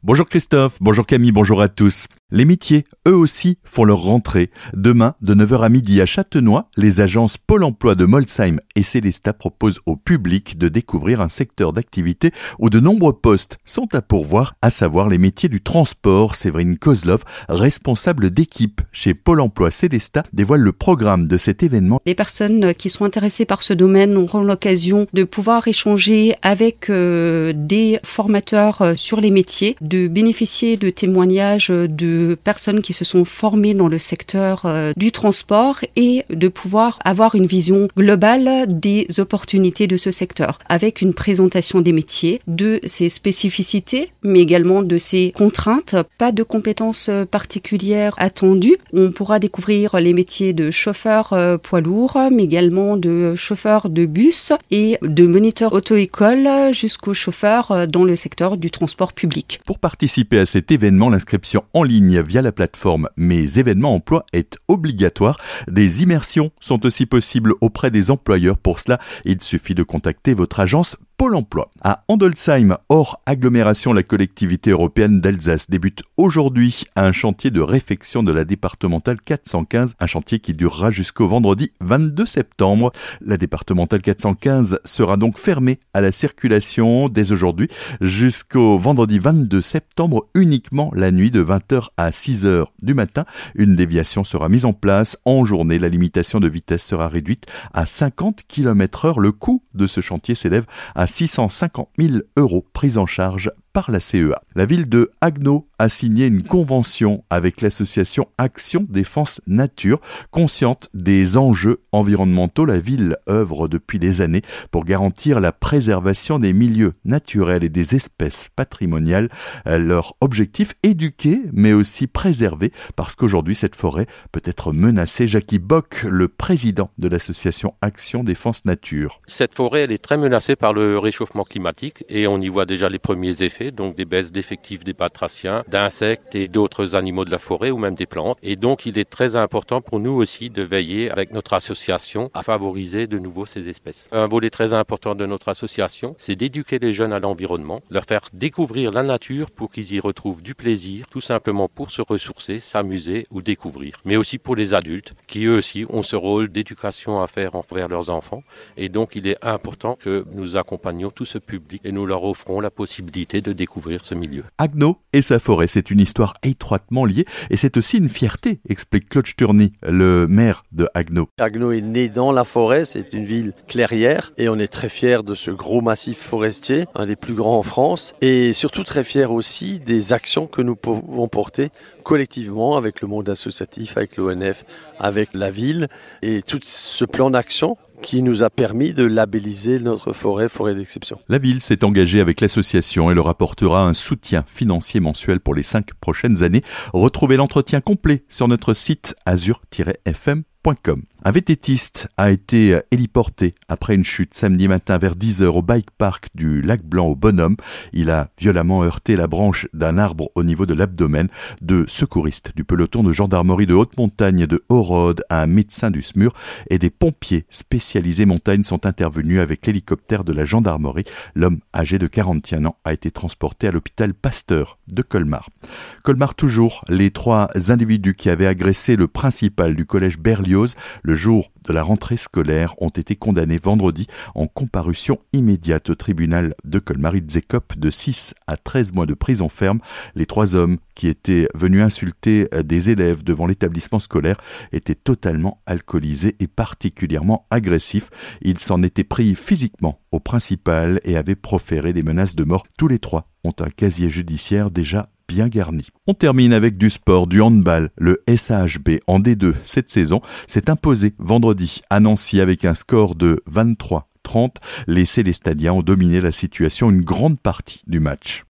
Bonjour Christophe, bonjour Camille, bonjour à tous. Les métiers, eux aussi, font leur rentrée. Demain, de 9h à midi à Châtenois, les agences Pôle emploi de Molsheim et Célestat proposent au public de découvrir un secteur d'activité où de nombreux postes sont à pourvoir, à savoir les métiers du transport. Séverine Kozlov, responsable d'équipe chez Pôle emploi Célestat, dévoile le programme de cet événement. Les personnes qui sont intéressées par ce domaine auront l'occasion de pouvoir échanger avec des formateurs sur les métiers, de bénéficier de témoignages de personnes qui se sont formées dans le secteur du transport et de pouvoir avoir une vision globale des opportunités de ce secteur, avec une présentation des métiers, de ses spécificités, mais également de ses contraintes. Pas de compétences particulières attendues. On pourra découvrir les métiers de chauffeur poids lourd, mais également de chauffeur de bus et de moniteur auto-école jusqu'au chauffeur dans le secteur du transport public. Pour participer à cet événement, l'inscription en ligne via la plateforme Mes événements emploi est obligatoire. Des immersions sont aussi possibles auprès des employeurs. Pour cela, il suffit de contacter votre agence Pôle emploi. À Andolsheim, hors agglomération, la collectivité européenne d'Alsace débute aujourd'hui un chantier de réfection de la départementale 415, un chantier qui durera jusqu'au vendredi 22 septembre. La départementale 415 sera donc fermée à la circulation dès aujourd'hui jusqu'au vendredi 22 septembre, uniquement la nuit de 20h à 6h du matin. Une déviation sera mise en place en journée. La limitation de vitesse sera réduite à 50 km/h. Le coût de ce chantier s'élève à 650 000 € pris en charge par la CEA. La ville de Haguenau a signé une convention avec l'association Action Défense Nature. Consciente des enjeux environnementaux, la ville œuvre depuis des années pour garantir la préservation des milieux naturels et des espèces patrimoniales. Leur objectif, éduquer, mais aussi préserver, parce qu'aujourd'hui cette forêt peut être menacée. Jackie Bock, le président de l'association Action Défense Nature. Cette forêt, elle est très menacée par le réchauffement climatique et on y voit déjà les premiers effets. Donc des baisses d'effectifs des batraciens, d'insectes et d'autres animaux de la forêt ou même des plantes. Et donc il est très important pour nous aussi de veiller avec notre association à favoriser de nouveau ces espèces. Un volet très important de notre association, c'est d'éduquer les jeunes à l'environnement, leur faire découvrir la nature pour qu'ils y retrouvent du plaisir, tout simplement pour se ressourcer, s'amuser ou découvrir. Mais aussi pour les adultes qui eux aussi ont ce rôle d'éducation à faire envers leurs enfants. Et donc il est important que nous accompagnions tout ce public et nous leur offrons la possibilité de découvrir ce milieu. Haguenau et sa forêt, c'est une histoire étroitement liée et c'est aussi une fierté, explique Claude Sturny, le maire de Haguenau. Haguenau est né dans la forêt, c'est une ville clairière et on est très fiers de ce gros massif forestier, un des plus grands en France, et surtout très fiers aussi des actions que nous pouvons porter collectivement avec le monde associatif, avec l'ONF, avec la ville et tout ce plan d'action qui nous a permis de labelliser notre forêt d'exception. La ville s'est engagée avec l'association et leur apportera un soutien financier mensuel pour les 5 prochaines années. Retrouvez l'entretien complet sur notre site azur-fm.com. Un vététiste a été héliporté après une chute samedi matin vers 10h au bike park du Lac Blanc au Bonhomme. Il a violemment heurté la branche d'un arbre au niveau de l'abdomen. Deux secouristes du peloton de gendarmerie de haute montagne de Haut-Rhodes, un médecin du SMUR et des pompiers spécialisés montagne sont intervenus avec l'hélicoptère de la gendarmerie. L'homme âgé de 41 ans a été transporté à l'hôpital Pasteur de Colmar. Colmar toujours, les 3 individus qui avaient agressé le principal du collège Berlioz le jour de la rentrée scolaire ont été condamnés vendredi en comparution immédiate au tribunal de Colmar. Ils écopent de 6 à 13 mois de prison ferme. Les 3 hommes qui étaient venus insulter des élèves devant l'établissement scolaire étaient totalement alcoolisés et particulièrement agressifs. Ils s'en étaient pris physiquement au principal et avaient proféré des menaces de mort. Tous les 3 ont un casier judiciaire déjà bien garni. On termine avec du sport, du handball. Le SAHB en D2 cette saison s'est imposé vendredi à Nancy avec un score de 23-30. Les Célestadiens ont dominé la situation une grande partie du match.